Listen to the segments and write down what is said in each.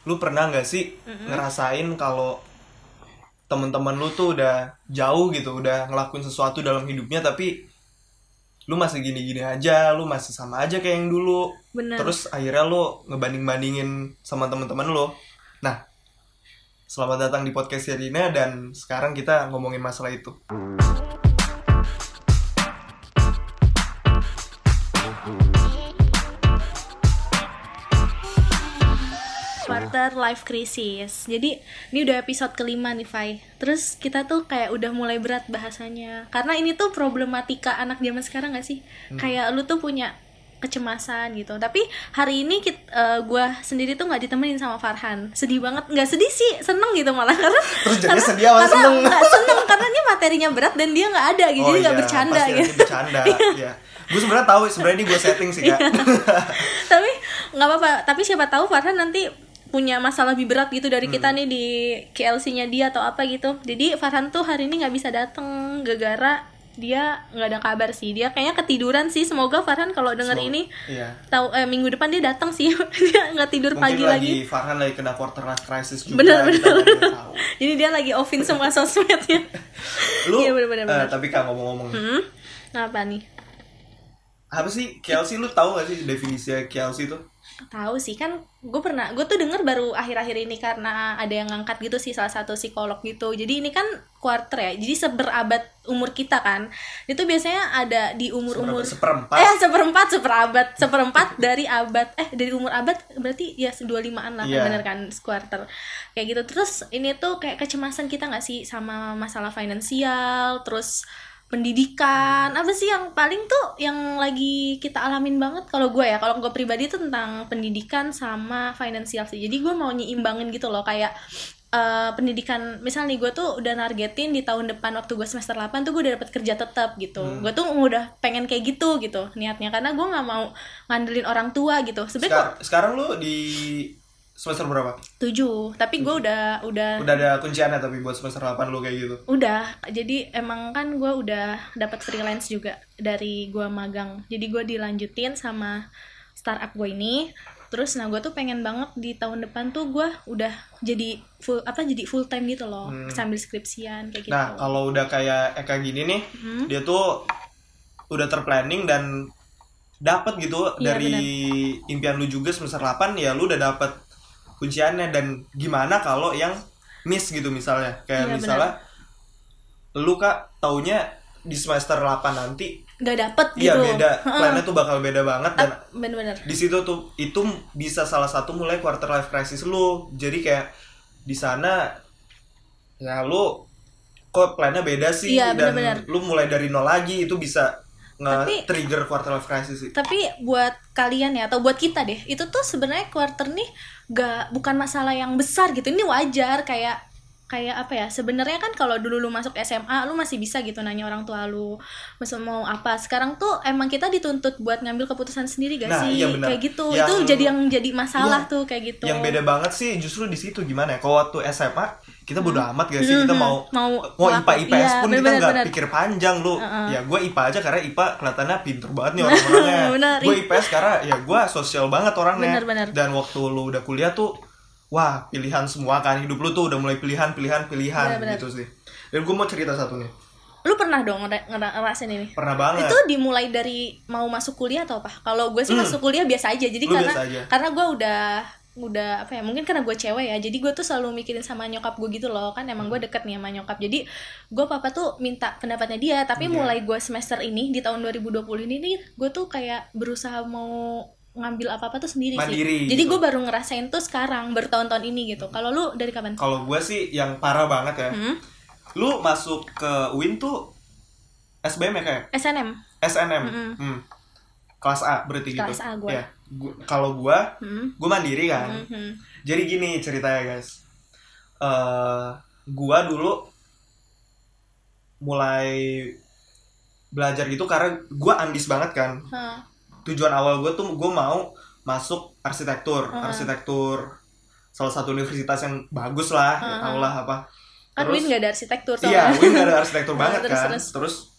lu pernah nggak sih ngerasain kalau teman-teman lu tuh udah jauh gitu, udah ngelakuin sesuatu dalam hidupnya, tapi lu masih gini-gini aja, lu masih sama aja kayak yang dulu. Bener. Terus akhirnya lu ngebanding-bandingin sama teman-teman lu. Nah, selamat datang di podcast Irina, dan sekarang kita ngomongin masalah itu. Quarter life crisis. Jadi ini udah episode kelima nih, Fai. Terus kita tuh kayak udah mulai berat bahasanya. Karena ini tuh problematika anak zaman sekarang gak sih? Kayak lu tuh punya kecemasan gitu. Tapi hari ini gue sendiri tuh nggak ditemenin sama Farhan. Sedih banget. Nggak sedih sih, seneng gitu malah. Karena Terus jadi sedih apa seneng? Nggak seneng karena ini materinya berat dan dia nggak ada gitu. Jadi nggak bercanda pasti gitu. Bercanda. Ya. Gue sebenarnya tahu, sebenarnya ini gue setting sih, Kak. Tapi nggak apa-apa. Tapi siapa tahu Farhan nanti punya masalah lebih berat gitu dari kita nih di KLC-nya dia atau apa gitu. Jadi Farhan tuh hari ini nggak bisa dateng gara-gara dia nggak ada kabar sih. Dia kayaknya ketiduran sih. Semoga Farhan kalau denger ini tahu minggu depan dia datang sih. Dia nggak tidur mungkin pagi lagi. Farhan lagi kena quarter life crisis juga. Bener. Jadi dia lagi offin semua sosmednya. Lu iya, bener. tapi Kak, ngomong-ngomong, Apa nih? apa sih KLC? Lu tahu gak sih definisi KLC itu? Tahu sih, kan gue tuh denger baru akhir-akhir ini karena ada yang ngangkat gitu sih, salah satu psikolog gitu. Jadi ini kan quarter ya, jadi seberabad umur kita kan, itu biasanya ada di umur-umur seperempat dari abad dari umur abad, berarti ya 25-an lah, bener kan, quarter kayak gitu. Terus ini tuh kayak kecemasan kita nggak sih sama masalah finansial, terus pendidikan, apa sih yang paling tuh yang lagi kita alamin banget? Kalau gue pribadi tuh tentang pendidikan sama finansial sih. Jadi gue mau nyiimbangin gitu loh, kayak pendidikan, misalnya nih gue tuh udah nargetin di tahun depan waktu gue semester 8 tuh gue udah dapet kerja tetap gitu. Gue tuh udah pengen kayak gitu niatnya, karena gue nggak mau ngandelin orang tua gitu. Sebenarnya sekarang lu di semester berapa? 7, tapi gue udah ada kunciannya tapi buat semester 8 lu kayak gitu? Udah, jadi emang kan gue udah dapat freelance juga dari gue magang. Jadi gue dilanjutin sama startup gue ini. Terus gue tuh pengen banget di tahun depan tuh gue udah jadi full time gitu loh, sambil skripsian kayak gitu. Nah, kalau udah kayak Eka gini nih, dia tuh udah terplanning dan dapat gitu dari impian lu juga semester 8, ya lu udah dapat kunciannya. Dan gimana kalau yang miss gitu, misalnya kayak misalnya lu Kak taunya di semester 8 nanti nggak dapet gitu. Iya, beda. Plannya tuh bakal beda banget. Dan bener. di situ tuh itu bisa salah satu mulai quarter life crisis lu. Jadi kayak di sana ya lu kok plannya beda sih, dan bener. lu mulai dari nol lagi, itu bisa nge-trigger quarter life crisis sih. Tapi buat kalian ya, atau buat kita deh, itu tuh sebenarnya quarter nih bukan masalah yang besar gitu. Ini wajar, kayak apa ya, sebenarnya kan kalau dulu lu masuk SMA lu masih bisa gitu nanya orang tua lu mau apa. Sekarang tuh emang kita dituntut buat ngambil keputusan sendiri gak sih? Iya, kayak gitu. Itu jadi masalah tuh kayak gitu. Yang beda banget sih justru di situ, gimana ya, kalau waktu SMA kita bodo amat gak sih, kita mau IPA IPS pun kita nggak pikir panjang. Lu ya gue IPA aja karena IPA kelihatannya pinter banget nih orang-orangnya. Gue IPS karena ya gue sosial banget orangnya. Dan waktu lu udah kuliah tuh, wah, pilihan semua kan, hidup lu tuh udah mulai pilihan gitu sih. Dan gue mau cerita satu nih. Lu pernah dong ngerasain ini? Pernah banget. Itu dimulai dari mau masuk kuliah atau apa? Kalau gue sih masuk kuliah biasa aja. Jadi karena gue udah apa ya, mungkin karena gue cewek ya, jadi gue tuh selalu mikirin sama nyokap gue gitu loh, kan emang gue deket nih sama nyokap. Jadi gue papa tuh minta pendapatnya dia. Tapi mulai gue semester ini di tahun 2020 ini nih, gue tuh kayak berusaha mau ngambil apa-apa tuh sendiri mandiri sih. Jadi gitu. gue baru ngerasain tuh sekarang, bertahun-tahun ini gitu. Kalau lu dari kapan? Kalau gue sih yang parah banget ya. Lu masuk ke UIN tuh SBM ya kayak? SNM. Kelas A berarti gitu. Kelas A gue. Ya. Kalau gue mandiri kan. Jadi gini ceritanya guys. Gue dulu mulai belajar gitu karena gue ambis banget kan. Tujuan awal gue tuh gue mau masuk arsitektur salah satu universitas yang bagus lah, tau lah apa. Kan Win gak ada arsitektur. Iya, Win gak ada arsitektur banget kan. Terus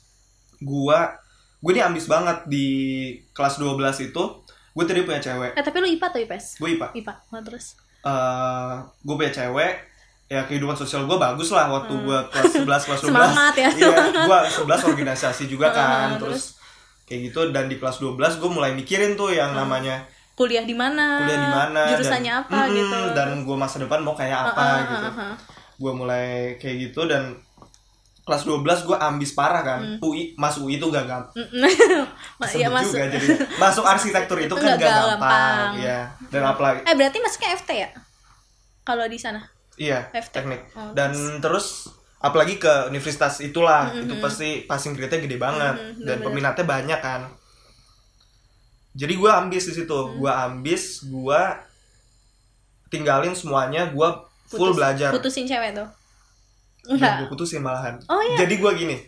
gue nih ambis banget di kelas 12 itu. Gue tadi punya cewek. Tapi lu IPA atau IPS? Gue IPA. Nah, terus? gue punya cewek, ya kehidupan sosial gue bagus lah waktu gue kelas 11 kelas 12. Semangat ya. Iya, gue 11 organisasi juga kan. Terus kayak gitu, dan di kelas 12 gue mulai mikirin tuh yang namanya kuliah di mana, jurusannya dan, apa gitu. Dan gue masa depan mau kayak apa gitu. Gue mulai kayak gitu, dan kelas 12 gue ambis parah kan. UI, masuk UI itu gak gampang. Ya, juga jadi masuk arsitektur itu kan gak gampang. Iya. Dan apalagi berarti masuknya FT ya? Kalau di sana? Iya, teknik. Dan terus apalagi ke universitas itulah, itu pasti passing grade-nya gede banget, dan peminatnya banyak kan. Jadi gue ambis di situ. Gue tinggalin semuanya, gue full belajar. Putusin cewek tuh? Enggak. Gue putusin malahan. Oh, iya. Jadi gue gini.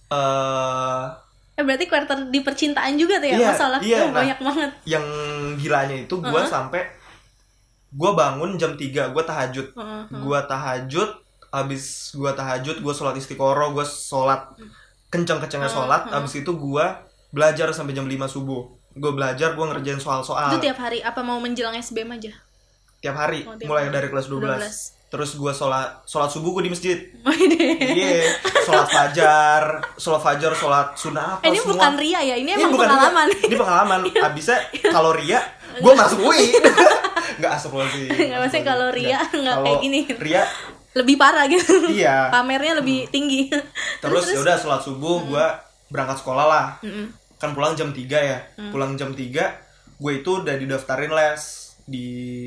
Berarti quarter di percintaan juga tuh ya, masalah. Iya, banyak banget. Yang gilanya itu gue sampai gue bangun jam 3, gue tahajud. Gue tahajud, abis gue tahajud, gue sholat istiqoroh, gue sholat kenceng-kencengnya sholat. Abis itu gue belajar sampai jam 5 subuh. Gue belajar, gue ngerjain soal-soal. Itu tiap hari? Apa mau menjelang SBM aja? Tiap hari, mulai dari kelas 12. Terus gue sholat subuh gue di masjid. Iya, sholat fajar, sholat sunnah apa ini semua. Bukan ria ya, ini emang pengalaman. Ini pengalaman. Abisnya kalau ria, gue masuk UI. Nggak asal sih. Nggak, maksudnya kalau ria nggak kayak gini. Ria lebih parah gitu. Iya. Pamernya lebih tinggi. Terus ya udah sholat subuh, gue berangkat sekolah lah. Kan pulang jam 3 ya. Pulang jam 3, gue itu udah didaftarin les di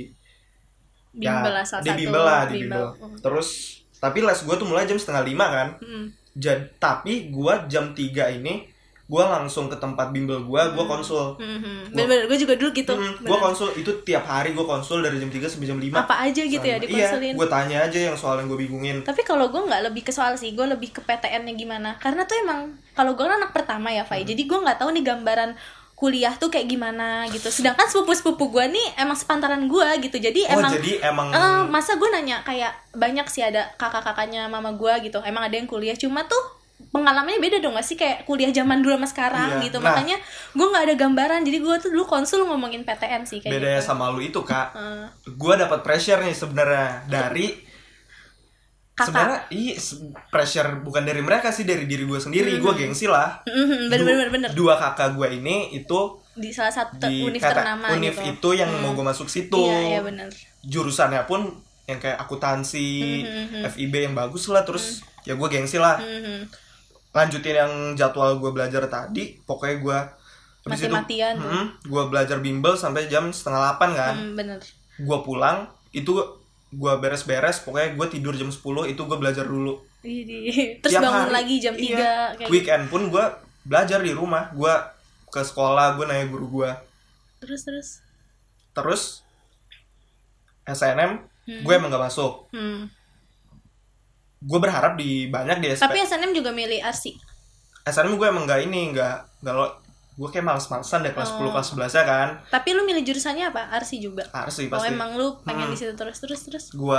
bimbel lah, di bimbel. Terus tapi les gue tuh mulai jam 4:30 kan. Tapi gue jam 3 ini gue langsung ke tempat bimbel gue konsul. Bener-bener, gue juga dulu gitu. Gue konsul itu tiap hari, gue konsul dari jam 3 sampai jam 5. Apa aja gitu ya dikonsulin? Iya, gue tanya aja yang soal yang gue bingungin. Tapi kalau gue nggak lebih ke soal sih, gue lebih ke PTN-nya gimana. Karena tuh emang kalau gue kan anak pertama ya, Fai. Jadi gue nggak tahu nih gambaran kuliah tuh kayak gimana gitu. Sedangkan sepupu-sepupu gue nih emang sepantaran gue gitu. Jadi emang masa gue nanya kayak banyak sih, ada kakak-kakaknya mama gue gitu. Emang ada yang kuliah, cuma tuh pengalamannya beda dong gak sih kayak kuliah zaman dulu sama sekarang gitu. Makanya gue nggak ada gambaran. Jadi gue tuh dulu konsul ngomongin PTN sih kayak bedanya gitu. sama lu itu Kak. Gue dapat pressure nih sebenarnya dari sebenarnya pressure bukan dari mereka sih, dari diri gue sendiri. Gue gengsi lah. Bener. Dua kakak gue ini itu di salah satu univ ternama univ gitu. Itu yang mau gue masuk situ. Iya benar. Jurusannya pun yang kayak akuntansi, FIB yang bagus lah. Terus ya gue gengsi lah. Lanjutin yang jadwal gue belajar tadi. Pokoknya gue mati-matian gue belajar bimbel sampai jam 7:30 kan. Bener. Gue pulang itu gue beres-beres, pokoknya gue tidur jam 10, itu gue belajar dulu. Terus tiap bangun hari, lagi jam 3 kayak weekend gitu. Pun gue belajar di rumah. Gue ke sekolah, gue nanya guru gue. Terus SNM gue emang gak masuk. Gue berharap di banyak di SP. Tapi SNM juga milih ARSI. SNM gue emang gak gue kayak males-malesan deh kelas 10 kelas 11 ya kan. Tapi lu milih jurusannya apa? ARSI juga? ARSI pasti. Emang lu pengen di situ terus? Gue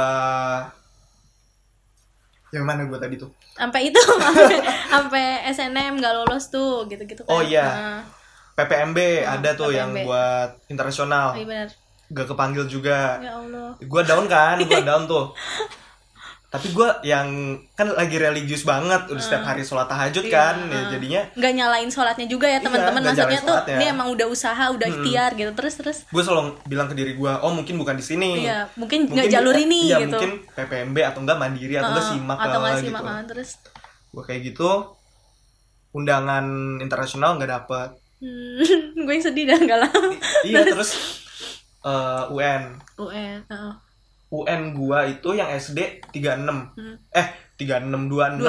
yang mana gue tadi tuh? Sampai itu sampai SNM gak lolos tuh gitu-gitu kan. Oh iya. PPMB ada tuh PPMB. Yang buat internasional. Iya benar. Gak kepanggil juga. Ya Allah. Gue down kan, tuh. Tapi gue yang kan lagi religius banget, udah setiap hari sholat tahajud kan, ya jadinya nggak nyalain sholatnya juga ya teman-teman, maksudnya tuh ini emang udah usaha, udah ikhtiar gitu, terus gue selalu bilang ke diri gue, oh mungkin bukan di sini, mungkin nggak jalur ini ya, gitu, mungkin PPMB atau enggak mandiri atau enggak simak gitu. Terus gue kayak gitu, undangan internasional nggak dapet. Gue yang sedih dah nggak lama. Iya terus UN gua itu yang SD 36. 26.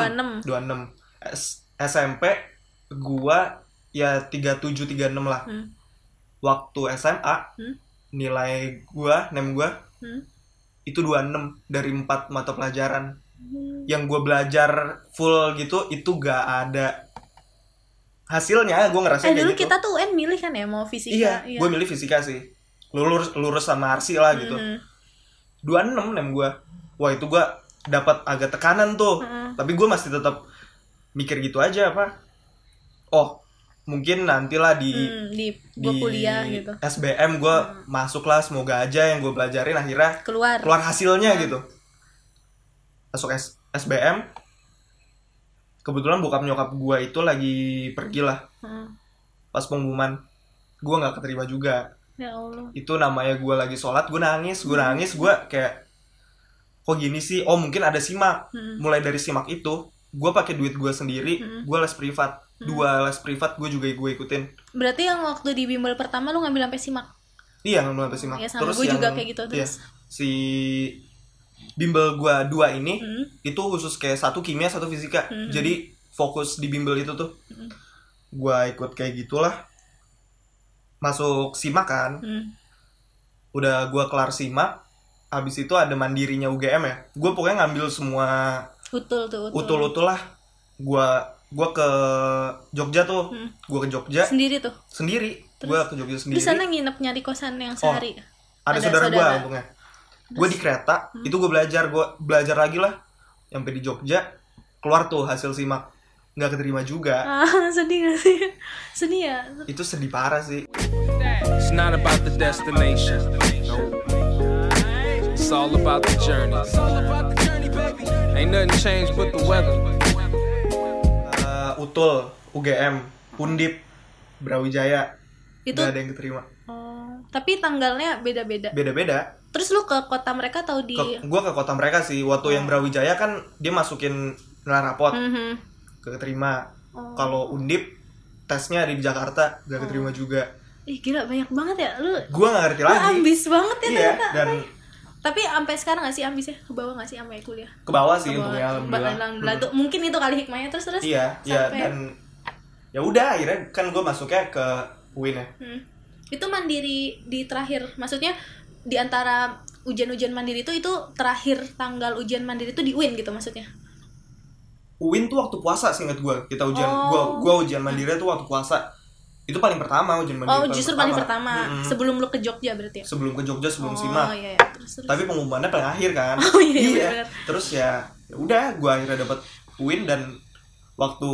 SMP gua ya 37 36 lah. Waktu SMA nilai gua, nem gua itu 26 dari 4 mata pelajaran. Yang gua belajar full gitu itu gak ada hasilnya. Gua ngerasa kayak dulu gitu. Kita tuh UN milih kan ya mau fisika. Iya. Gua milih fisika sih. Lurus sama ARSI lah gitu. 26 nem gue. Wah itu gue dapat agak tekanan tuh. Tapi gue masih tetap mikir gitu aja apa. Oh mungkin nantilah di gue kuliah gitu, SBM gue masuk lah, semoga aja yang gue pelajarin akhirnya keluar hasilnya gitu. Masuk SBM, kebetulan bokap nyokap gue itu lagi pergi lah. Pas pengumuman gue nggak keterima juga. Ya Allah. Itu namanya gue lagi sholat, gue nangis, gue kayak kok gini sih? Oh mungkin ada simak. Mulai dari simak itu, gue pakai duit gue sendiri, gue les privat, 2 les privat gue juga gue ikutin. Berarti yang waktu di bimbel pertama lu ngambil sampai simak? Iya, ngambil sampai simak. Ya, terus gue juga kayak gitu terus. Ya, si bimbel gue 2 ini itu khusus kayak 1 kimia 1 fisika. Jadi fokus di bimbel itu tuh. Gue ikut kayak gitulah. Masuk simak kan. Udah gue kelar simak, habis itu ada mandirinya UGM ya. Gue pokoknya ngambil semua utul lah. Gue ke Jogja tuh. Gue ke Jogja sendiri tuh. Gue ke Jogja sendiri. Di sana nginep nyari kosan yang sehari. Ada saudara gue untungnya. Gue di kereta, itu gue belajar lagi lah. Sampai di Jogja, keluar tuh hasil simak. Nggak keterima juga. Sedih gak sih? Sedih ya? Itu sedih parah sih. It's not about the destination. It's all about the journey. Ain't nothing changed but the weather. Utul, UGM, Undip, Brawijaya. Itu nggak ada yang keterima. Tapi tanggalnya beda-beda. Beda-beda. Terus lu ke kota mereka atau di? Gue ke kota mereka sih. Waktu yang Brawijaya kan dia masukin nilai rapot, keterima. Kalau Undip tesnya ada di Jakarta, gak keterima juga. Ih gila, banyak banget ya lu. Gue gak ngerti lagi. Ambis banget ya ternyata. Dan tapi sampai sekarang gak sih ambisnya? Ke bawah gak sih sampai kuliah? Ke bawah sih untungnya, alhamdulillah. Mungkin itu kali hikmahnya terus. Iya, dan ya udah akhirnya kan gue masuknya ke UIN ya. Itu mandiri di terakhir, maksudnya di antara ujian-ujian mandiri itu terakhir tanggal ujian mandiri itu di UIN gitu maksudnya? UIN tuh waktu puasa sih inget gue, kita ujian, gue ujian mandiri tuh waktu puasa. Itu paling pertama ujian mandiri. Justru paling pertama. Sebelum lu ke Jogja berarti ya? Sebelum ke Jogja, sebelum simak. Iya. Terus. Tapi pengumumannya paling akhir kan. Iya. Terus ya udah gue akhirnya dapet UIN dan waktu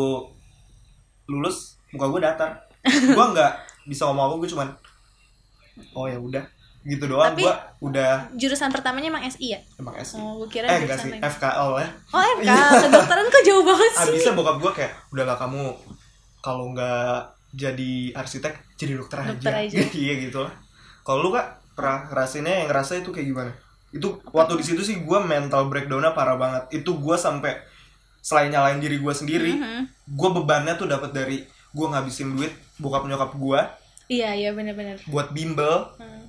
lulus muka gue datar. Gue nggak bisa ngomong apa, gue cuman oh ya udah gitu doang. Gue udah jurusan pertamanya emang SI ya? Emang SI. Gue kira enggak sih, FKL ya. FK, kedokteran kok jauh banget sih. Abisnya bokap gue kayak udahlah kamu kalau nggak jadi arsitek jadi dokter aja. Iya gitu lah. Kalau lu Kak pernah ngerasa itu kayak gimana? Itu waktu di situ sih gue mental breakdown-nya parah banget. Itu gue sampai selain nyalain diri gue sendiri, gue bebannya tuh dapat dari gue ngabisin duit bokap nyokap gue. Iya benar-benar. Buat bimbel,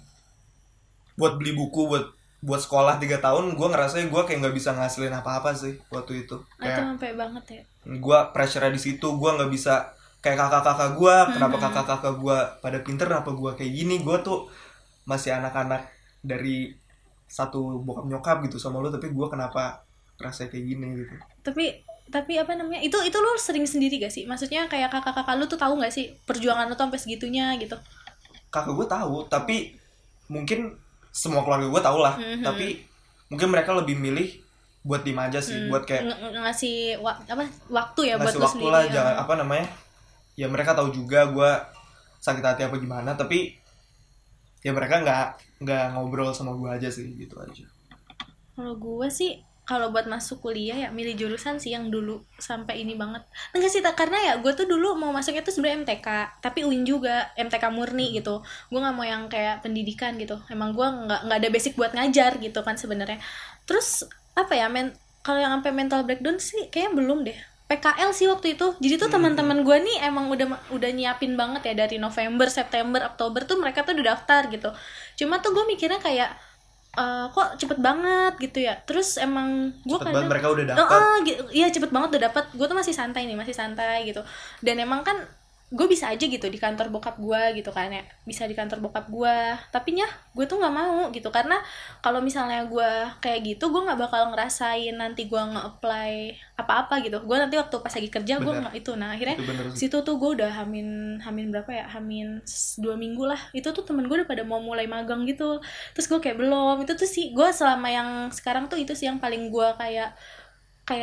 buat beli buku, buat sekolah 3 tahun, gue ngerasanya gue kayak nggak bisa ngasilin apa-apa sih waktu itu. Itu sampai banget ya. Gue pressure di situ, gue nggak bisa kayak kakak-kakak gue. Kenapa kakak-kakak gue pada pinter, kenapa gue kayak gini? Gue tuh masih anak-anak dari satu bokap nyokap gitu sama lo, tapi gue kenapa rasanya kayak gini gitu. Tapi apa namanya, itu lo sering sendiri gak sih? Maksudnya kayak kakak-kakak lu tuh tahu gak sih perjuangan lo tuh sampai segitunya gitu? Kakak gue tahu, tapi mungkin semua keluarga gue tahu lah. Tapi mungkin mereka lebih milih buat diem aja sih, buat kayak ngasih waktu ya buat lo waktu sendiri. Lah, jangan apa namanya, ya mereka tahu juga gue sakit hati apa gimana, tapi ya mereka nggak ngobrol sama gue aja sih, gitu aja. Kalau gue sih kalau buat masuk kuliah ya milih jurusan sih yang dulu sampai ini banget. Enggak sih, karena ya gue tuh dulu mau masuknya tuh sebenarnya MTK, tapi UIN juga, MTK murni gitu. Gue nggak mau yang kayak pendidikan gitu. Emang gue nggak ada basic buat ngajar gitu kan sebenarnya. Terus apa ya, kalau yang sampai mental breakdown sih kayaknya belum deh. PKL sih waktu itu. Jadi tuh teman-teman gue nih emang udah nyiapin banget ya dari November, September, Oktober tuh mereka tuh udah daftar gitu. Cuma tuh gue mikirnya kayak kok cepet banget gitu ya. Terus emang gue kadang mereka udah dapat. Iya cepet banget udah dapat. Gue tuh masih santai gitu. Dan emang kan gue bisa aja gitu di kantor bokap gue gitu kan ya, bisa di kantor bokap gue. Tapi nya gue tuh nggak mau gitu, karena kalau misalnya gue kayak gitu gue nggak bakal ngerasain nanti gue nge-apply apa-apa gitu. Gue nanti waktu pas lagi kerja gue nggak itu. Nah akhirnya situ tuh gue udah hamin berapa ya, hamin 2 minggu lah. Itu tuh temen gue udah pada mau mulai magang gitu, terus gue kayak belum. Itu tuh sih gue selama yang sekarang tuh itu sih yang paling gue kayak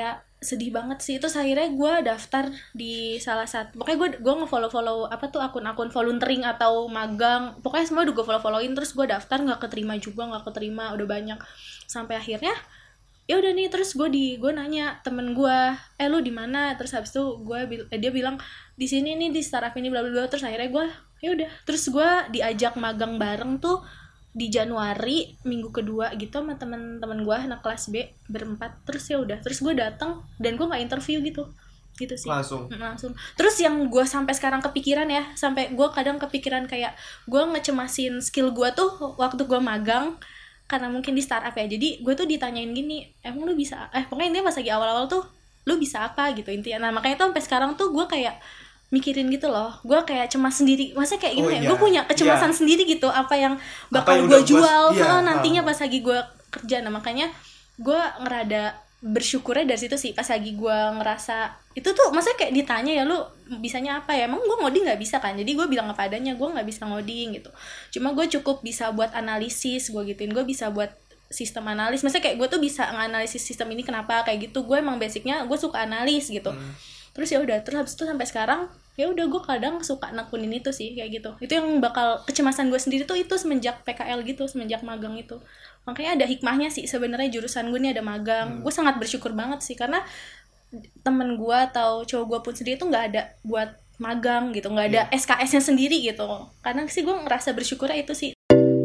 sedih banget sih. Terus akhirnya gue daftar di salah satu, pokoknya gue nge-follow apa tuh akun-akun volunteering atau magang, pokoknya semua udah gue follow-followin. Terus gue daftar, nggak keterima udah banyak. Sampai akhirnya ya udah nih, terus gue nanya temen gue, lu di mana? Terus habis itu dia bilang di sini nih, di startup ini bla bla bla. Terus akhirnya gue ya udah, terus gue diajak magang bareng tuh di Januari minggu kedua gitu sama temen-temen gue anak kelas B berempat. Terus ya udah, terus gue datang dan gue nggak interview gitu sih, langsung. Terus yang gue sampai sekarang kepikiran ya, sampai gue kadang kepikiran kayak gue ngecemasin skill gue tuh waktu gue magang, karena mungkin di startup ya. Jadi gue tuh ditanyain gini, emang lu bisa pokoknya intinya pas lagi awal-awal tuh lu bisa apa gitu intinya. Nah makanya tuh sampai sekarang tuh gue kayak mikirin gitu loh, gue kayak cemas sendiri, maksudnya kayak gimana gue punya kecemasan sendiri gitu, apa yang bakal gue jual nantinya pas lagi gue kerja. Nah makanya gue ngerada bersyukurnya dari situ sih, pas lagi gue ngerasa itu tuh, maksudnya kayak ditanya ya lu bisanya apa ya, emang gue ngoding nggak bisa kan, jadi gue bilang apa adanya, gue nggak bisa ngoding gitu, cuma gue cukup bisa buat analisis, gue gituin, gue bisa buat sistem analis, maksudnya kayak gue tuh bisa nganalisis sistem ini kenapa kayak gitu, gue emang basicnya gue suka analis gitu. Terus ya udah, terus habis itu sampai sekarang ya udah gue kadang suka nekunin itu sih kayak gitu. Itu yang bakal kecemasan gue sendiri tuh itu semenjak PKL gitu, semenjak magang itu. Makanya ada hikmahnya sih sebenarnya jurusan gue nih ada magang. Gue sangat bersyukur banget sih, karena temen gue atau cowok gue pun sendiri tuh nggak ada buat magang gitu, nggak ada SKS-nya sendiri gitu. Kadang sih gue ngerasa bersyukurnya itu sih.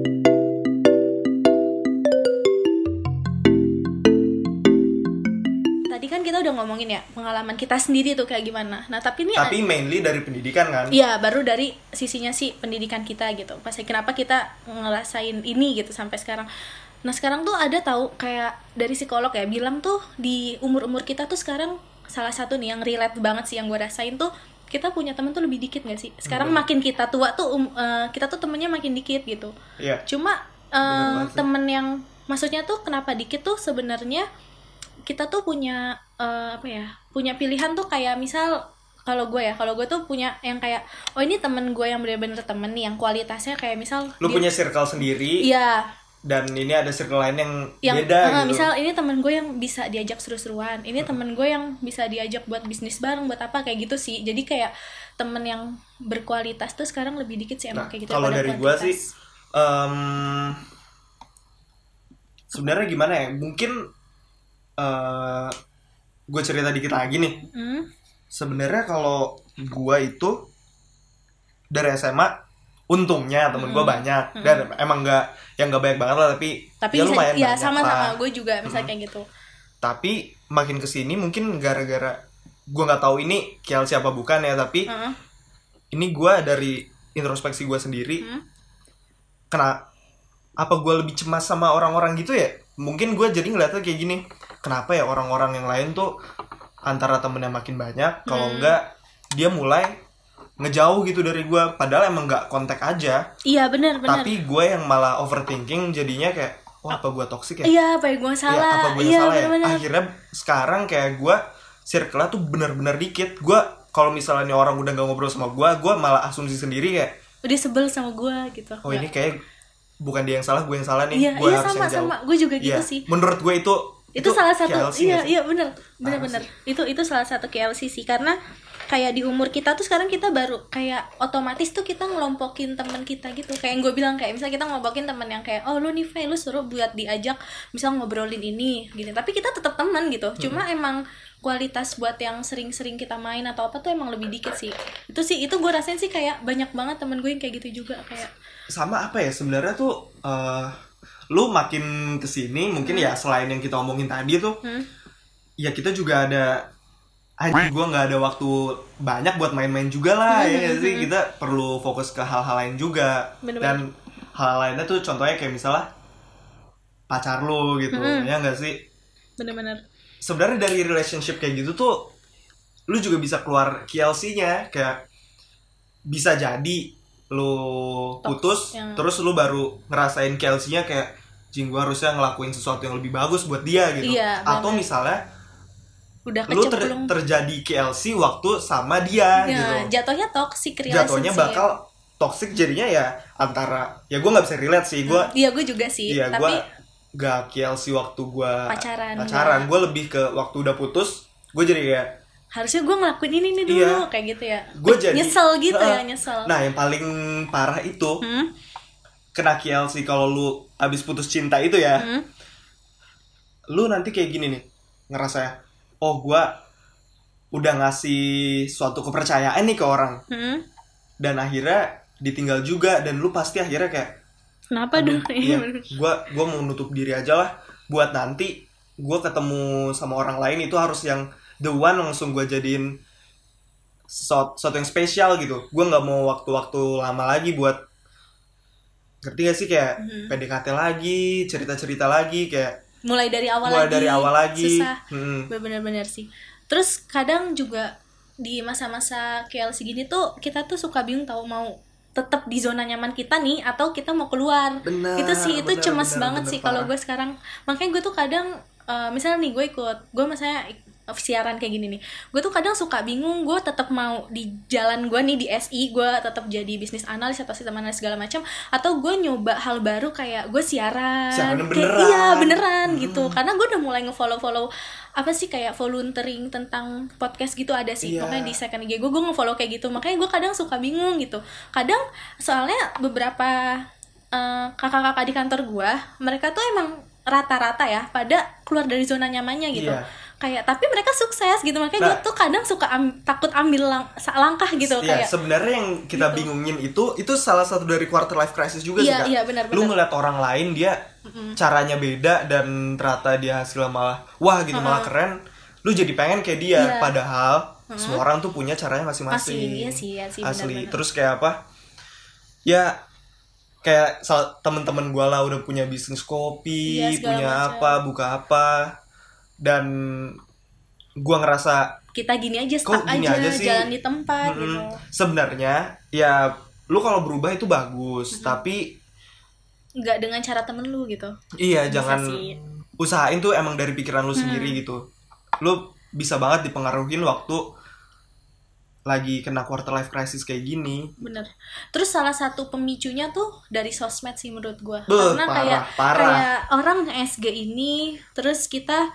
Kan kita udah ngomongin ya pengalaman kita sendiri tuh kayak gimana. Nah tapi mainly dari pendidikan kan? Iya, baru dari sisinya sih pendidikan kita gitu. Pasti kenapa kita ngerasain ini gitu sampai sekarang. Nah sekarang tuh ada tahu kayak dari psikolog ya bilang tuh di umur kita tuh sekarang salah satu nih yang relate banget sih yang gue rasain tuh, kita punya teman tuh lebih dikit nggak sih? Sekarang makin kita tua tuh kita tuh temennya makin dikit gitu. Iya. Cuma temen yang maksudnya tuh kenapa dikit tuh sebenarnya kita tuh punya punya pilihan tuh, kayak misal kalau gue tuh punya yang kayak ini temen gue yang bener-bener temen nih, yang kualitasnya kayak misal lu punya circle sendiri. Iya. Dan ini ada circle lain yang beda gitu. Misal ini temen gue yang bisa diajak seru-seruan, ini temen gue yang bisa diajak buat bisnis bareng, buat apa kayak gitu sih. Jadi kayak temen yang berkualitas tuh sekarang lebih dikit sih emang kayak gitu. Kalau dari gue sih sebenarnya gimana ya, mungkin gue cerita dikit lagi nih. Sebenarnya kalau gue itu dari SMA untungnya temen gue banyak, dan emang nggak banyak banget lah, tapi ya lumayan banyak. Sama gue juga misalnya kayak gitu. Tapi makin kesini mungkin gara-gara gue nggak tahu ini kial siapa bukan ya, tapi ini gue dari introspeksi gue sendiri. Apa gue lebih cemas sama orang-orang gitu ya? Mungkin gue jadi ngeliatnya kayak gini, kenapa ya orang-orang yang lain tuh antara temennya makin banyak, kalau enggak dia mulai ngejauh gitu dari gue, padahal emang nggak kontak aja. Iya benar. Tapi gue yang malah overthinking jadinya kayak, wah apa gue toksik ya? Iya, apa gue salah? Ya, apa gue salah ya? Akhirnya sekarang kayak gue circle-nya tuh benar-benar dikit. Gue kalau misalnya orang udah nggak ngobrol sama gue malah asumsi sendiri kayak, udah sebel sama gue gitu. Oh ini kayak bukan dia yang salah, gue yang salah nih. Iya, gue harus yang jauh. Sama gue juga gitu sih. Menurut gue itu salah satu. Iya benar. Itu salah satu KLC sih, karena kayak di umur kita tuh sekarang kita baru kayak otomatis tuh kita ngelompokin teman kita gitu. Kayak yang gue bilang, kayak misalnya kita ngelompokin teman yang kayak, oh lu nih Faye, lu suruh buat diajak misal ngobrolin ini gitu. Tapi kita tetap teman gitu. Cuma emang kualitas buat yang sering-sering kita main atau apa tuh emang lebih dikit sih. Itu gue rasain sih kayak banyak banget temen gue yang kayak gitu juga. Kayak sama apa ya sebenarnya tuh lu makin kesini mungkin ya selain yang kita omongin tadi tuh ya kita juga ada gue nggak ada waktu banyak buat main-main juga lah ya sih. Kita perlu fokus ke hal-hal lain juga. Bener-bener. Dan hal lainnya tuh contohnya kayak misalnya pacar lu gitu, ya nggak sih? Bener-bener. Sebenarnya dari relationship kayak gitu tuh lu juga bisa keluar KLC-nya, kayak bisa jadi lu putus terus lu baru ngerasain KLC-nya kayak jing gue harusnya ngelakuin sesuatu yang lebih bagus buat dia gitu. Iya, atau misalnya udah lu terjadi KLC waktu sama dia gitu. Jatuhnya toxic relationship. Jatuhnya bakal toxic jadinya ya antara, ya gue nggak bisa relate sih gue. Iya gue juga sih. Iya, tapi gue gak KLC waktu gue pacaran. Gue lebih ke waktu udah putus gue jadi kayak harusnya gue ngelakuin ini nih dulu, kayak gitu ya. Gue jadi nyesel gitu ya, nyesel. Nah yang paling parah itu kena KLC kalau lu abis putus cinta itu ya, lu nanti kayak gini nih ngerasa ya, oh gue udah ngasih suatu kepercayaan nih ke orang, dan akhirnya ditinggal juga, dan lu pasti akhirnya kayak kenapa dong? Iya, gue mau nutup diri aja lah buat nanti gue ketemu sama orang lain itu harus yang the one, langsung gue jadiin sesuatu yang spesial gitu. Gue nggak mau waktu-waktu lama lagi buat, ngerti gak sih, kayak PDKT lagi, cerita-cerita lagi, kayak mulai dari awal lagi. Susah. Bener-bener sih. Terus kadang juga di masa-masa KLC gini tuh kita tuh suka bingung tahu mau tetap di zona nyaman kita nih atau kita mau keluar. Itu cemas banget sih kalau gue sekarang. Makanya gue tuh kadang misalnya nih gue misalnya siaran kayak gini nih, gue tuh kadang suka bingung, gue tetap mau di jalan gue nih di SI, gue tetap jadi bisnis analis atau sistem analis segala macam, atau gue nyoba hal baru kayak gue siaran kayak beneran gitu, karena gue udah mulai ngefollow apa sih kayak volunteering tentang podcast gitu ada sih, pokoknya di second IG gue ngefollow kayak gitu. Makanya gue kadang suka bingung gitu, kadang soalnya beberapa kakak-kakak di kantor gue, mereka tuh emang rata-rata ya pada keluar dari zona nyamannya gitu. Kayak tapi mereka sukses gitu, makanya gue tuh kadang suka takut ambil langkah gitu. Kayak sebenarnya yang kita gitu. bingungin itu salah satu dari quarter life crisis juga sih, Kak. Iya, benar. Lu ngeliat orang lain dia caranya beda dan ternyata dia hasilnya malah wah gitu, malah keren, lu jadi pengen kayak dia, padahal semua orang tuh punya caranya masing-masing. Iya sih, asli. Benar. Terus kayak apa ya, kayak temen-temen gue lah udah punya bisnis kopi, punya macam. Buka apa, dan gue ngerasa kita gini aja, stuck aja sih, jalan di tempat gitu. Sebenarnya ya lu kalau berubah itu bagus, tapi nggak dengan cara temen lu gitu. Iya, jangan usahain tuh emang dari pikiran lu sendiri gitu. Lu bisa banget dipengaruhin waktu lagi kena quarter life crisis kayak gini. Bener. Terus salah satu pemicunya tuh dari sosmed sih menurut gue. Karena kayak orang SG ini, terus kita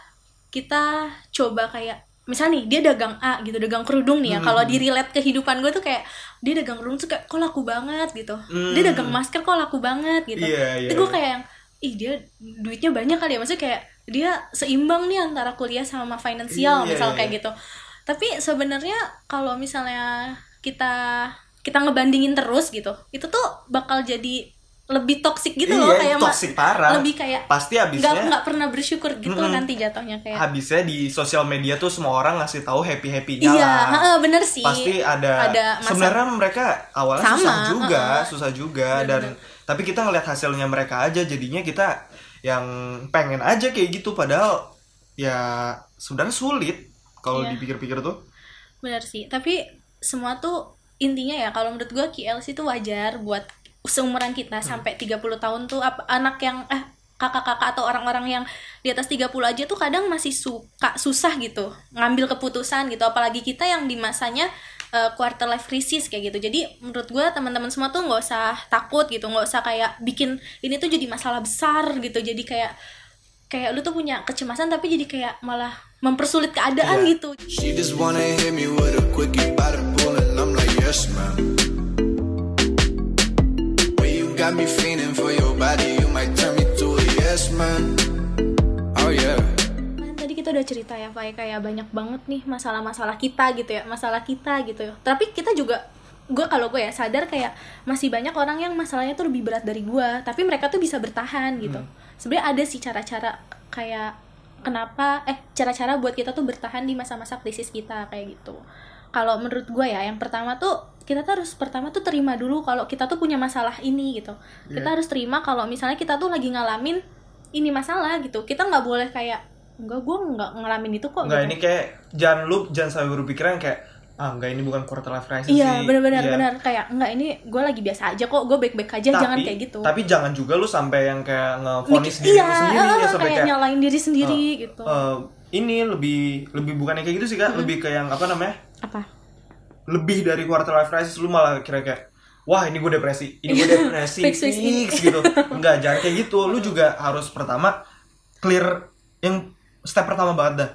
coba kayak misalnya nih dia dagang A gitu, dagang kerudung nih ya. Kalau di relate kehidupan gue tuh kayak dia dagang kerudung tuh kayak kok laku banget gitu. Dia dagang masker kok laku banget gitu. Tapi gue kayak yang dia duitnya banyak kali ya. Maksudnya kayak dia seimbang nih antara kuliah sama finansial misalnya kayak gitu. Tapi sebenarnya kalau misalnya kita ngebandingin terus gitu, itu tuh bakal jadi lebih toksik gitu loh, kayak toksik parah. Lebih kayak pasti habisnya nggak pernah bersyukur gitu nanti jatuhnya kayak. Habisnya di sosial media tuh semua orang ngasih tahu happy-happynya lah. Bener sih. Pasti ada sebenarnya mereka awalnya susah juga dan tapi kita ngeliat hasilnya mereka aja, jadinya kita yang pengen aja kayak gitu, padahal ya sebenarnya sulit kalau dipikir-pikir tuh. Bener sih, tapi semua tuh intinya ya kalau menurut gue KLC tuh wajar buat seumuran kita sampai 30 tahun tuh anak yang kakak-kakak atau orang-orang yang di atas 30 aja tuh kadang masih susah gitu ngambil keputusan gitu, apalagi kita yang di masanya quarter life crisis kayak gitu. Jadi menurut gue teman-teman semua tuh nggak usah takut gitu, nggak usah kayak bikin ini tuh jadi masalah besar gitu, jadi kayak lu tuh punya kecemasan tapi jadi kayak malah mempersulit keadaan gitu. She just wanna hit me with a quickie by the pool and I'm like yes man. Got me feeling for your body, you might turn me to a yes man. Oh yeah. Tadi kita udah cerita ya, kayak banyak banget nih masalah-masalah kita gitu ya, Tapi kita juga, kalau gue ya sadar kayak masih banyak orang yang masalahnya tuh lebih berat dari gue, tapi mereka tuh bisa bertahan gitu. Sebenarnya ada sih cara-cara kayak cara-cara buat kita tuh bertahan di masa-masa krisis kita kayak gitu. Kalau menurut gue ya, yang pertama tuh kita tuh harus terima dulu kalau kita tuh punya masalah ini gitu. Kita harus terima kalau misalnya kita tuh lagi ngalamin ini masalah gitu. Kita nggak boleh kayak gue nggak ngalamin itu kok. Nggak, gitu. Ini kayak jangan sampai berpikiran kayak enggak, ini bukan quarter life crisis sih. Iya, benar kayak enggak, ini gue lagi biasa aja kok, gue baik-baik aja, jangan kayak gitu. Tapi jangan juga lu sampai yang kayak ngevonis diri sendiri ya, sampai kayak nyalain diri sendiri gitu. Ini lebih bukannya kayak gitu sih Kak, lebih ke yang apa? Lebih dari quarter life crisis, lu malah kira kayak wah ini gue depresi fix gitu. Enggak, jangan kayak gitu. Lu juga harus pertama clear, yang step pertama banget dah,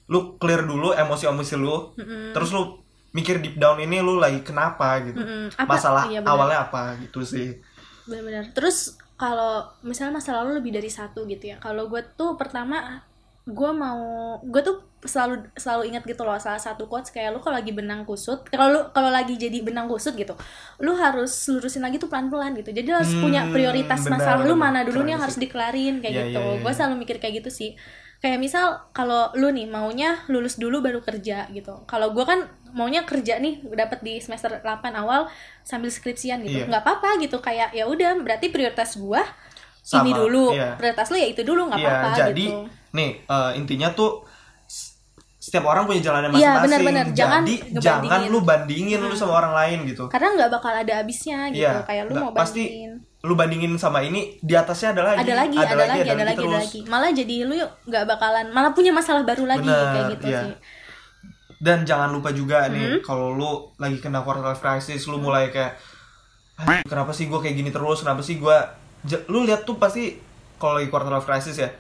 lu clear dulu emosi-emosi lu, terus lu mikir deep down ini lu lagi kenapa gitu, masalah awalnya apa gitu sih. Benar-benar. Terus kalau misalnya masalah lu lebih dari satu gitu ya, kalau gue tuh pertama gue tuh selalu ingat gitu loh, salah satu quotes kayak lu kalau lagi benang kusut, kalau lagi jadi benang kusut gitu, lu harus lurusin lagi tuh pelan-pelan gitu. Jadi harus punya prioritas masalah lu mana dulu nih yang harus dikelarin kayak gitu. Gue selalu mikir kayak gitu sih. Kayak misal kalau lu nih maunya lulus dulu baru kerja gitu. Kalau gue kan maunya kerja nih dapat di semester 8 awal sambil skripsian gitu. Nggak apa-apa gitu, kayak ya udah berarti prioritas gue ini dulu, prioritas lu ya itu dulu, nggak apa-apa jadi, gitu. Nih intinya tuh setiap orang punya jalannya masing-masing. Bener. Jadi jangan lu bandingin lu sama orang lain gitu. Karena nggak bakal ada habisnya gitu. Kayak lu mau bandingin. Pasti lu bandingin sama ini, di atasnya ada lagi. Ada lagi. Malah jadi lu nggak bakalan, malah punya masalah baru lagi kayak gitu sih. Dan jangan lupa juga nih, kalau lu lagi kena quarter life crisis, lu mulai kayak kenapa sih gue kayak gini terus? Kenapa sih gue? Lu lihat tuh pasti kalau lagi quarter life crisis ya.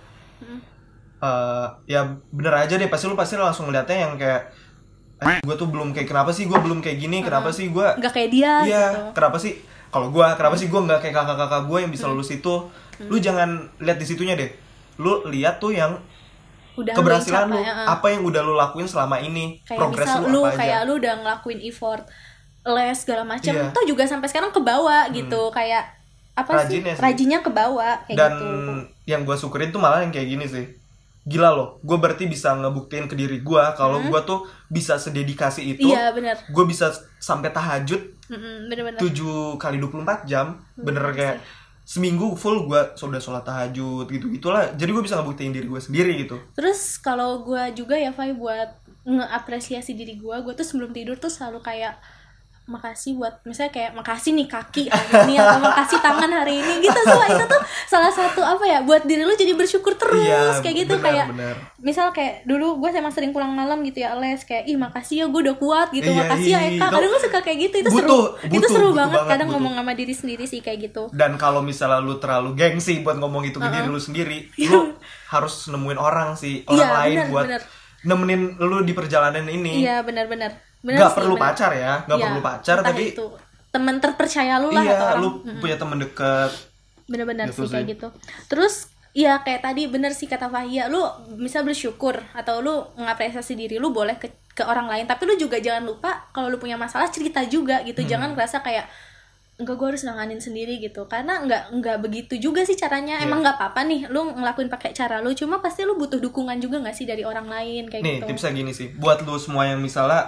Ya bener aja deh, pasti langsung ngeliatnya yang kayak gue tuh belum kayak, kenapa sih gue belum kayak gini, kenapa sih gue nggak kayak dia gitu. Kenapa sih gue nggak kayak kakak-kakak gue yang bisa lulus itu. Lu jangan lihat di situnya deh, lu lihat tuh yang udah keberhasilan lu, apa yang udah lu lakuin selama ini, kayak progres lu apa aja. Kayak lu udah ngelakuin effort les segala macam, tuh juga sampai sekarang kebawa gitu, kayak apa sih, rajinnya kebawa kayak dan gitu. Dan yang gue syukurin tuh malah yang kayak gini sih, gila loh, gue berarti bisa ngebuktiin ke diri gue kalau gue tuh bisa sededikasi itu. Iya benar. Gue bisa sampai tahajud 7 kali 24 jam, bener kayak seminggu full gue sudah sholat tahajud gitu-gitulah. Jadi gue bisa ngebuktiin diri gue sendiri gitu. Terus kalau gue juga ya Fai, buat ngeapresiasi diri gue tuh sebelum tidur tuh selalu kayak makasih buat, misalnya kayak makasih nih kaki hari ini, atau makasih tangan hari ini gitu. So itu tuh salah satu apa ya, buat diri lu jadi bersyukur terus kayak gitu. Kayak misal kayak dulu gue emang sering pulang malam gitu ya les, kayak ih makasih ya gue udah kuat gitu, makasih ya Eka. Kadang gue suka kayak gitu, itu seru banget kadang ngomong sama diri sendiri sih kayak gitu. Dan kalau misalnya lu terlalu gengsi buat ngomong itu ke diri lu sendiri, lu harus nemuin orang sih, orang lain buat nemenin lu di perjalanan ini. Iya benar-benar. Gak perlu pacar ya, perlu pacar, tapi itu teman terpercaya lu lah, atau lu punya teman deket. Bener-bener gitu sih kayak gitu. Terus ya kayak tadi bener sih kata Fahia, lu bisa bersyukur atau lu ngapresiasi diri lu boleh ke orang lain, tapi lu juga jangan lupa kalau lu punya masalah cerita juga gitu. Jangan ngerasa kayak enggak, gue harus nanganin sendiri gitu, karena enggak begitu juga sih caranya. Emang nggak apa-apa nih lu ngelakuin pakai cara lu, cuma pasti lu butuh dukungan juga nggak sih dari orang lain kayak nih, gitu. Nih tipsnya gini sih buat lu semua yang misalnya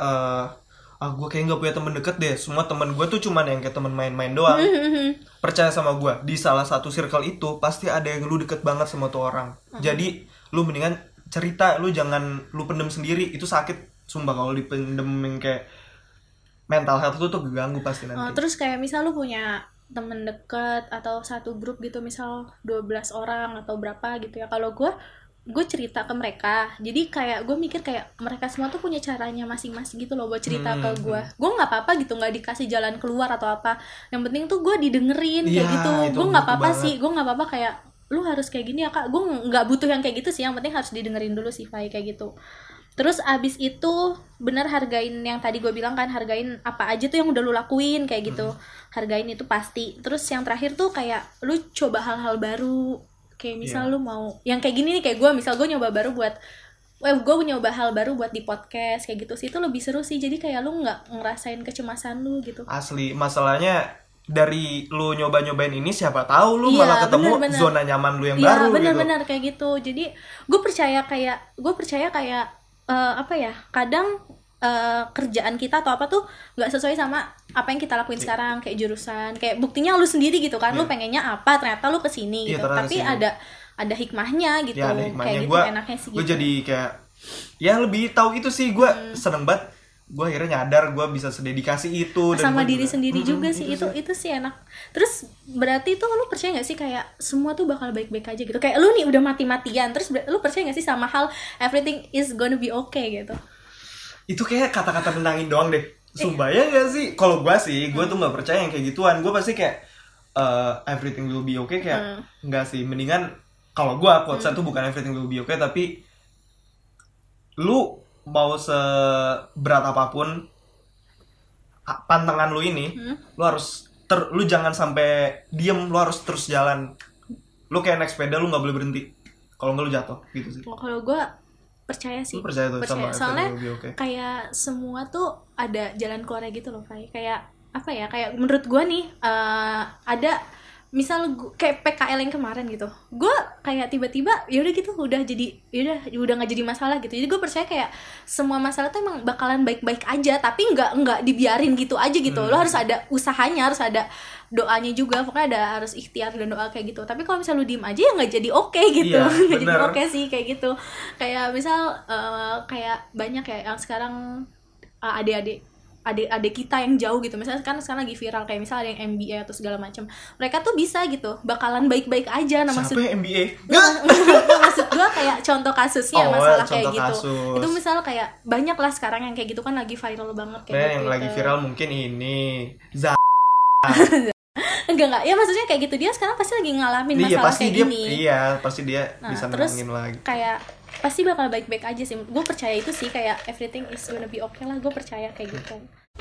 gue kayak nggak punya temen deket deh, semua temen gue tuh cuman yang kayak temen main-main doang. Percaya sama gue, di salah satu circle itu pasti ada yang lu deket banget sama tuh orang. Jadi lu mendingan cerita, lu jangan lu pendem sendiri, itu sakit sumpah kalau dipendem yang kayak mental health tuh keganggu pasti nanti. Terus kayak misal lu punya temen deket atau satu grup gitu, misal 12 orang atau berapa gitu ya. Kalau gue cerita ke mereka, jadi kayak gue mikir kayak mereka semua tuh punya caranya masing-masing gitu loh buat cerita ke gue. Gue nggak apa-apa gitu, nggak dikasih jalan keluar atau apa. Yang penting tuh gue didengerin kayak gitu. Gue nggak apa-apa sih, gue nggak apa-apa kayak lu harus kayak gini ya kak. Gue nggak butuh yang kayak gitu sih. Yang penting harus didengerin dulu sih Fai kayak gitu. Terus abis itu bener hargain yang tadi gue bilang kan, hargain apa aja tuh yang udah lu lakuin kayak gitu. Hargain itu pasti. Terus yang terakhir tuh kayak lu coba hal-hal baru. Kayak misal lu mau yang kayak gini nih, kayak gue misal gue nyoba nyoba hal baru buat di podcast kayak gitu sih, itu lebih seru sih. Jadi kayak lu nggak ngerasain kecemasan lu gitu. Asli, masalahnya dari lu nyobain ini siapa tahu lu malah ketemu zona nyaman lu yang baru gitu. Bener-bener kayak gitu. Jadi gue percaya kayak apa ya, kadang kerjaan kita atau apa tuh nggak sesuai sama apa yang kita lakuin sekarang, kayak jurusan, kayak buktinya lu sendiri gitu kan. Lu pengennya apa, ternyata lu kesini gitu, tapi ada hikmahnya gitu. Ada hikmahnya. Kayak gitu enaknya sih. Gue jadi kayak ya lebih tahu itu sih. Gue seneng banget, gue akhirnya nyadar gue bisa sededikasi itu dan sama diri sendiri juga sih. Itu sih enak. Terus berarti tuh lu percaya gak sih kayak semua tuh bakal baik-baik aja gitu, kayak lu nih udah mati-matian, terus lu percaya gak sih sama hal everything is gonna be okay gitu? Itu kayak kata-kata menangin doang deh, sumpah. Ya gak sih? Kalau gue sih, gue tuh gak percaya yang kayak gituan. Gue pasti kayak everything will be okay, kayak enggak sih. Mendingan kalau gue quotes-nya tuh bukan everything will be okay, tapi lu mau seberat apapun pantangan lu ini, lu harus lu jangan sampai diem, lu harus terus jalan. Lu kayak naik sepeda, lu nggak boleh berhenti. Kalau nggak lu jatuh, gitu sih. Kalau gue percaya sih. Lu percaya tuh sama soalnya okay. Kayak semua tuh ada jalan keluarnya gitu loh, Fai. Kayak apa ya? Kayak menurut gue nih ada misal kayak PKL yang kemarin gitu, gue kayak tiba-tiba yaudah gitu udah nggak jadi masalah gitu. Jadi gue percaya kayak semua masalah tuh emang bakalan baik-baik aja, tapi nggak dibiarin gitu aja gitu. Lo harus ada usahanya, harus ada doanya juga, pokoknya harus ikhtiar dan doa kayak gitu. Tapi kalau misal lu diem aja ya nggak jadi oke gitu. Nggak jadi oke sih kayak gitu. Kayak misal kayak banyak ya yang sekarang adik kita yang jauh gitu, misalnya kan sekarang lagi viral kayak misalnya ada yang MBA atau segala macam, mereka tuh bisa gitu bakalan baik-baik aja. Siapa yang MBA? Maksud gue kayak contoh kasusnya masalah kayak gitu. Kasus. Itu misalnya kayak banyak lah sekarang yang kayak gitu kan lagi viral banget kayak gitu. Yang lagi viral mungkin ini enggak ya, maksudnya kayak gitu, dia sekarang pasti lagi ngalamin masalah kayak gini. Iya, pasti dia bisa nenangin lagi. Kayak pasti bakal baik-baik aja sih. Gue percaya itu sih, kayak everything is gonna be okay lah. Gue percaya kayak gitu.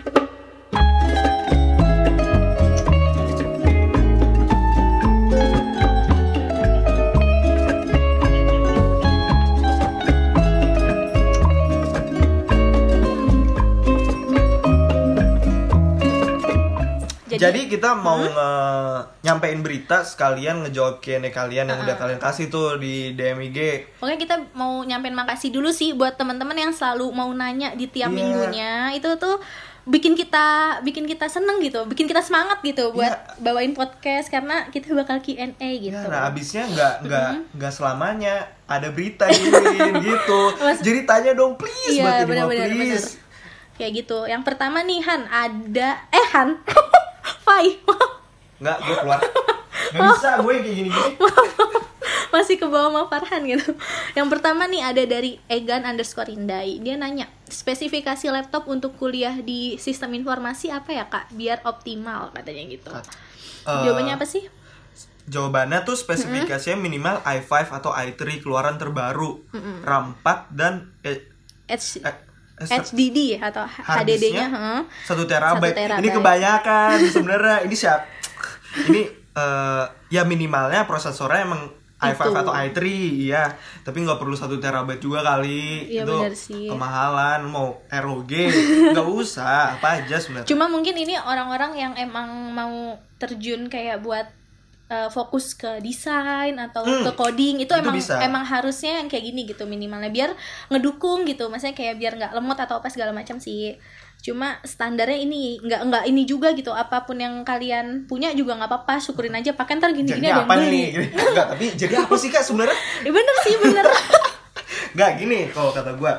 Jadi kita mau nyampein berita sekalian ngejawab Q&A kalian yang udah kalian kasih tuh di DM IG. Pokoknya kita mau nyampein makasih dulu sih buat teman-teman yang selalu mau nanya di tiap minggunya. Itu tuh bikin kita seneng gitu, bikin kita semangat gitu buat bawain podcast karena kita bakal Q&A gitu. Nah, abisnya nggak selamanya ada berita gitu. Jadi tanya dong please, bener. Kayak gitu. Yang pertama nih Han, ada Han Fai. Nggak, gue keluar. Nggak bisa gue kayak gini-gini. Masih ke bawah sama Farhan gitu. Yang pertama nih ada dari Egan_Indai. Dia nanya, spesifikasi laptop untuk kuliah di sistem informasi apa ya Kak? Biar optimal katanya gitu. Jawabannya apa sih? Jawabannya tuh spesifikasinya minimal i5 atau i3 keluaran terbaru, RAM 4 dan HDD atau HDD-nya 1 terabyte. Ini kebanyakan sebenarnya. Ini ya minimalnya prosesornya emang i5 atau i3 ya, tapi nggak perlu 1 terabyte juga kali. Iya, itu kemahalan. Mau ROG nggak usah, apa aja sebenarnya. Cuma mungkin ini orang-orang yang emang mau terjun kayak buat fokus ke desain atau ke coding itu emang harusnya yang kayak gini gitu minimalnya, biar ngedukung gitu, maksudnya kayak biar nggak lemot atau apa segala macam sih. Cuma standarnya ini nggak ini juga gitu, apapun yang kalian punya juga nggak apa-apa, syukurin aja, pakai ntar gini-gini ada yang beli. Enggak, tapi jadi apa sih Kak sebenarnya? bener Nggak, gini kalau kata gue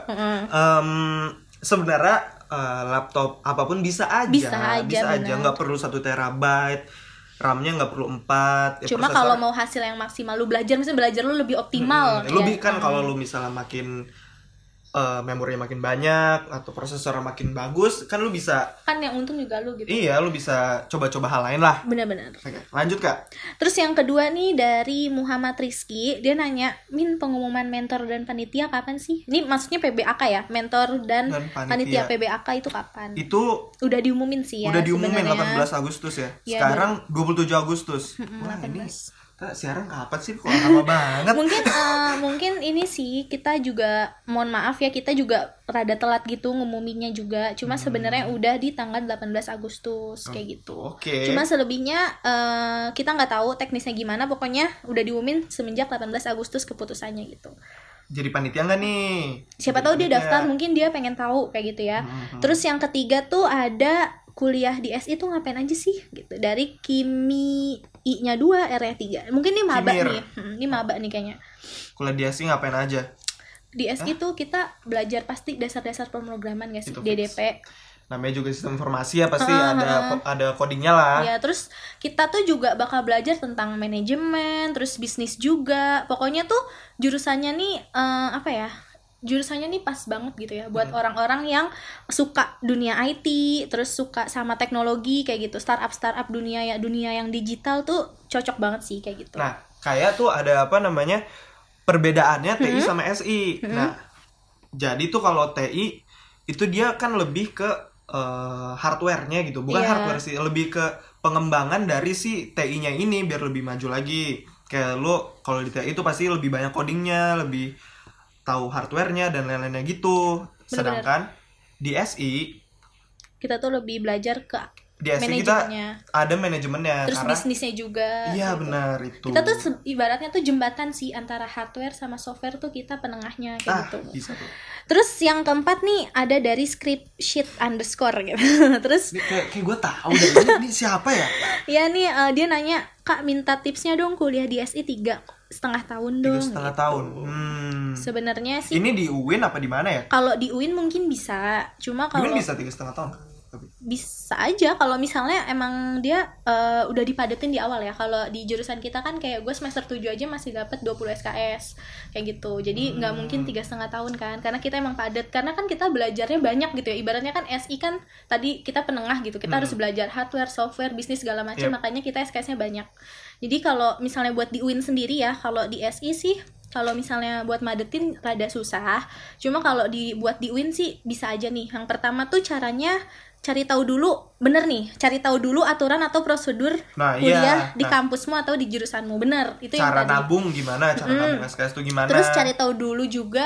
sebenarnya laptop apapun bisa aja nggak perlu 1 terabyte, RAM-nya nggak perlu 4. Cuma kalau mau hasil yang maksimal, lu misalnya belajar lu lebih optimal. Lebih kan kalau lu misalnya makin memorinya makin banyak atau prosesornya makin bagus, kan lu bisa, kan yang untung juga lu gitu. Iya, lu bisa coba-coba hal lain lah. Benar-benar. Oke, lanjut Kak. Terus yang kedua nih dari Muhammad Rizky, dia nanya, Min, pengumuman mentor dan panitia kapan sih? Ini maksudnya PBAK ya, mentor dan panitia PBAK itu kapan? Itu udah diumumin sih ya. Udah diumumin sebenarnya. 18 Agustus ya. Sekarang 27 Agustus. Wah, 18. ini siaran kapan sih, kok lama banget? Mungkin ini sih kita juga mohon maaf ya, kita juga rada telat gitu ngumuminnya juga. Cuma sebenarnya udah di tanggal 18 Agustus kayak gitu. Okay. Cuma selebihnya kita nggak tahu teknisnya gimana, pokoknya udah diumumin semenjak 18 Agustus keputusannya gitu. Jadi panitia nggak nih? Siapa tahu dia daftar, mungkin dia pengen tahu kayak gitu ya. Terus yang ketiga tuh ada kuliah di SI tuh ngapain aja sih gitu, dari Kimi I-nya 2, R-nya 3. Mungkin ini maba nih. Ini maba nih kayaknya. Kuliah di SI ngapain aja? Di SI tuh kita belajar pasti dasar-dasar pemrograman guys, DDP. Namanya juga sistem informasi ya, pasti ada codingnya lah. Ya, terus kita tuh juga bakal belajar tentang manajemen, terus bisnis juga. Pokoknya tuh jurusannya nih jurusannya nih pas banget gitu ya buat orang-orang yang suka dunia IT, terus suka sama teknologi kayak gitu, startup dunia yang digital tuh cocok banget sih kayak gitu. Nah, kayak tuh ada perbedaannya TI sama SI. Nah, Jadi tuh kalau TI itu dia kan lebih ke hardware-nya gitu, bukan hardware sih, lebih ke pengembangan dari si TI-nya ini biar lebih maju lagi. Kayak lo kalau di TI itu pasti lebih banyak codingnya, lebih tahu hardware-nya dan lain-lainnya gitu. Sedangkan di SI kita tuh lebih belajar ke di SI kita ada manajemennya, terus karena bisnisnya juga. Iya gitu. Benar itu. Kita tuh ibaratnya tuh jembatan sih antara hardware sama software tuh kita penengahnya kayak gitu. Bisa tuh. Terus yang keempat nih ada dari script sheet underscore gitu. Terus kayak gue tahu deh ini siapa ya? Iya nih dia nanya, Kak minta tipsnya dong kuliah di SI 3,5 tahun dong. 3,5 tahun. Sebenarnya sih. Ini di UIN apa di mana ya? Kalau di UIN mungkin bisa, cuma kalau UIN bisa 3,5 tahun. Bisa aja kalau misalnya emang dia udah dipadetin di awal ya. Kalau di jurusan kita kan kayak gue semester 7 aja masih dapat 20 SKS kayak gitu. Jadi nggak mungkin 3,5 tahun kan, karena kita emang padat. Karena kan kita belajarnya banyak gitu ya. Ibaratnya kan SI kan tadi kita penengah gitu. Kita harus belajar hardware, software, bisnis segala macam. Makanya kita SKS-nya banyak. Jadi kalau misalnya buat di UIN sendiri ya, kalau di SI sih kalau misalnya buat madetin rada susah. Cuma kalau dibuat di UIN sih bisa aja nih. Yang pertama tuh caranya cari tahu dulu, bener nih, cari tahu dulu aturan atau prosedur kuliah di kampusmu atau di jurusanmu, bener. Itu cara yang tadi. Nabung gimana, cara nabung SKS tuh gimana. Terus cari tahu dulu juga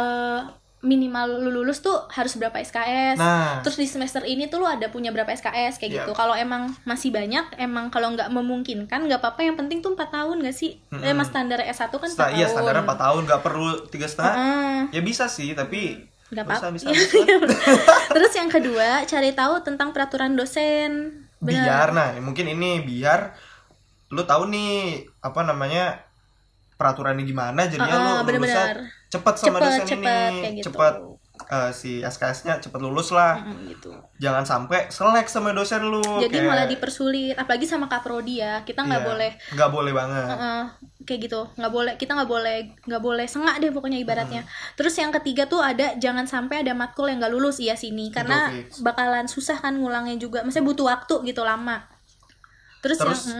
minimal lu lulus tuh harus berapa SKS. Terus di semester ini tuh lu ada punya berapa SKS kayak gitu. Kalau emang masih banyak, emang kalau nggak memungkinkan nggak apa-apa, yang penting tuh 4 tahun nggak sih? Mas standar S1 kan 4 tahun. Iya, standarnya 4 tahun, nggak perlu 3,5. Ya bisa sih, tapi nggak apa-apa. Bisa. Terus yang kedua, cari tahu tentang peraturan dosen. Biar mungkin ini biar lu tahu nih apa namanya peraturannya gimana, jadinya lu lulusnya cepet sama dosen ini, gitu. Cepet si SKS-nya cepet lulus lah. Gitu. Jangan sampai selek sama dosen lu. Jadi kayak malah dipersulit, apalagi sama kaprodi ya. Kita nggak boleh. Nggak boleh banget. Kayak gitu, nggak boleh, kita nggak boleh sengak deh pokoknya ibaratnya. Terus yang ketiga tuh ada jangan sampai ada matkul yang nggak lulus sini, karena bakalan susah kan ngulangnya juga, maksudnya butuh waktu gitu lama. Terus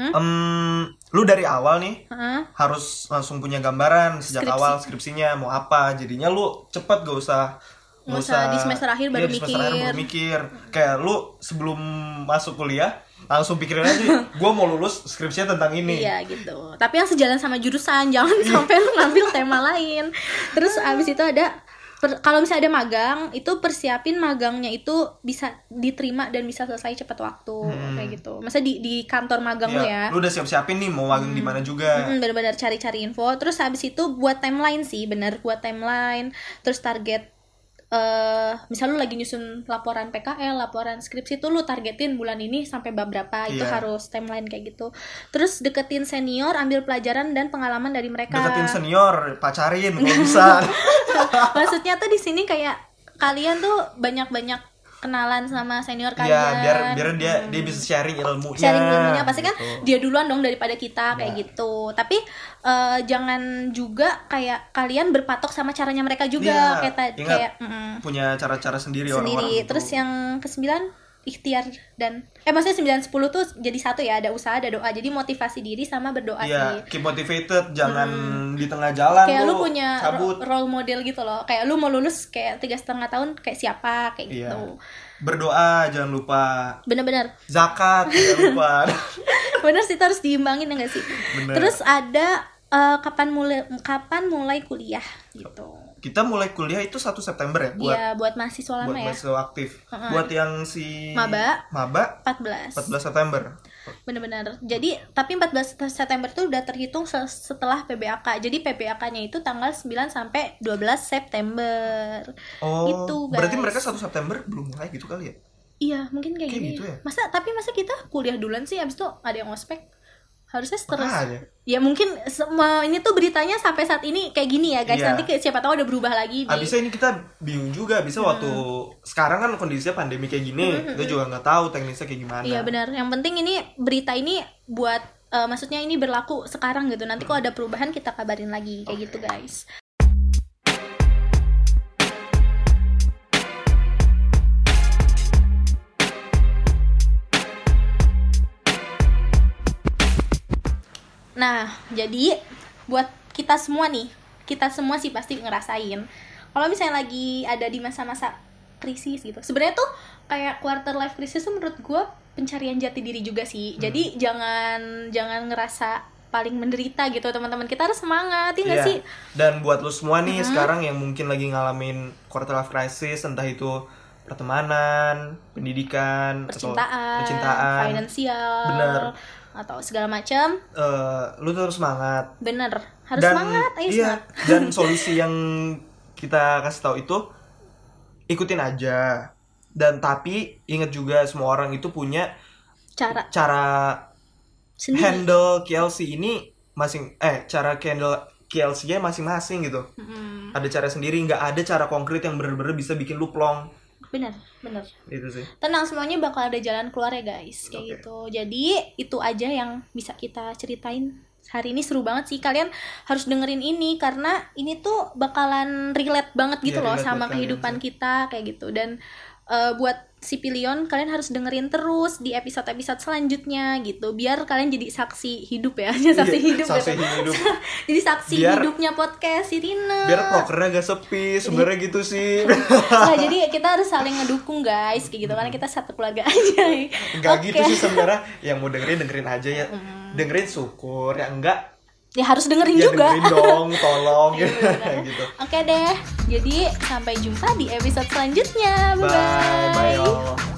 lu dari awal nih harus langsung punya gambaran sejak awal skripsinya mau apa, jadinya lu cepet gak usah di semester akhir baru mikir. Kayak lu sebelum masuk kuliah langsung pikirin aja, gue mau lulus skripsinya tentang ini. Iya gitu. Tapi yang sejalan sama jurusan, jangan sampai lu ngambil tema lain. Terus abis itu ada kalau misalnya ada magang, itu persiapin magangnya itu bisa diterima dan bisa selesai cepat waktu kayak gitu. Masa di kantor magang lu ya. Lu udah siap-siapin nih mau magang di mana juga. Benar-benar cari-cari info. Terus habis itu buat timeline sih, buat timeline. Terus target misal lu lagi nyusun laporan PKL, laporan skripsi tuh lu targetin bulan ini sampai bab berapa, itu harus timeline kayak gitu. Terus deketin senior, ambil pelajaran dan pengalaman dari mereka. Deketin senior, pacarin kalau bisa. Maksudnya tuh di sini kayak kalian tuh banyak-banyak kenalan sama senior kalian. Iya, biar dia bisa sharing ilmunya. Pasti kan dia duluan dong daripada kita kayak gitu. Tapi jangan juga kayak kalian berpatok sama caranya mereka juga. Kayak punya cara-cara sendiri orang-orang gitu. Terus yang ke-9 ikhtiar dan maksudnya 9-10 tuh jadi satu ya, ada usaha, ada doa. Jadi motivasi diri sama berdoa sih. Keep motivated, jangan di tengah jalan kayak lu punya role model gitu loh. Kayak lu mau lulus kayak 3,5 tahun kayak siapa kayak gitu. Berdoa jangan lupa. Bener-bener. Zakat jangan lupa. Bener sih, harus diimbangin ya nggak sih. Bener. Terus ada kapan mulai kuliah gitu. Kita mulai kuliah itu 1 September ya? Buat mahasiswa lama ya? Buat mahasiswa aktif. Buat yang Maba 14 September. Bener-bener. Jadi, tapi 14 September itu udah terhitung setelah PBAK. Jadi PBAK-nya itu tanggal 9 sampai 12 September. Gitu, guys. Berarti mereka 1 September belum mulai gitu kali ya? Iya, mungkin kayak gitu ya? Masa kita kuliah duluan sih, abis itu ada yang ospek? Harusnya terus. Ya mungkin ini tuh beritanya sampai saat ini kayak gini ya guys. Nanti siapa tahu udah berubah lagi. Abisnya ini kita bingung juga. Bisa waktu sekarang kan kondisinya pandemi kayak gini, kita juga nggak tahu teknisnya kayak gimana. Iya benar. Yang penting ini berita ini buat maksudnya ini berlaku sekarang gitu. Nanti kalau ada perubahan kita kabarin lagi kayak gitu guys. Nah, jadi buat kita semua sih pasti ngerasain kalau misalnya lagi ada di masa-masa krisis gitu. Sebenarnya tuh kayak quarter life crisis tuh menurut gue pencarian jati diri juga sih. Jadi jangan ngerasa paling menderita gitu, teman-teman. Kita harus semangat, ya nggak sih? Dan buat lu semua nih sekarang yang mungkin lagi ngalamin quarter life crisis, entah itu pertemanan, pendidikan, percintaan, finansial, bener, atau segala macam, lu tuh harus semangat. Bener, harus semangat, ayo semangat. Dan solusi yang kita kasih tahu itu ikutin aja. Dan tapi ingat juga semua orang itu punya cara sendiri. Handle KLC ini cara handle KLC-nya masing-masing gitu. Ada cara sendiri, nggak ada cara konkret yang bener-bener bisa bikin lu plong. Bener. Itu sih. Tenang, semuanya bakal ada jalan keluar ya guys, kayak gitu. Jadi itu aja yang bisa kita ceritain hari ini. Seru banget sih, kalian harus dengerin ini karena ini tuh bakalan relate banget gitu loh sama kehidupan kita kayak gitu. Dan buat Sipilion, kalian harus dengerin terus di episode-episode selanjutnya gitu, biar kalian jadi saksi hidup ya. Saksi hidup. Jadi saksi hidupnya podcast Sirina. Biar prokernya gak sepi sebenarnya gitu sih. Nah, jadi kita harus saling ngedukung guys kayak gitu, karena kita satu keluarga aja. Enggak gitu sih sebenarnya. Yang mau dengerin aja ya. Dengerin syukur, yang enggak ya harus dengerin juga. Dengerin dong, tolong gitu. Oke deh. Jadi sampai jumpa di episode selanjutnya. Bye. Bye.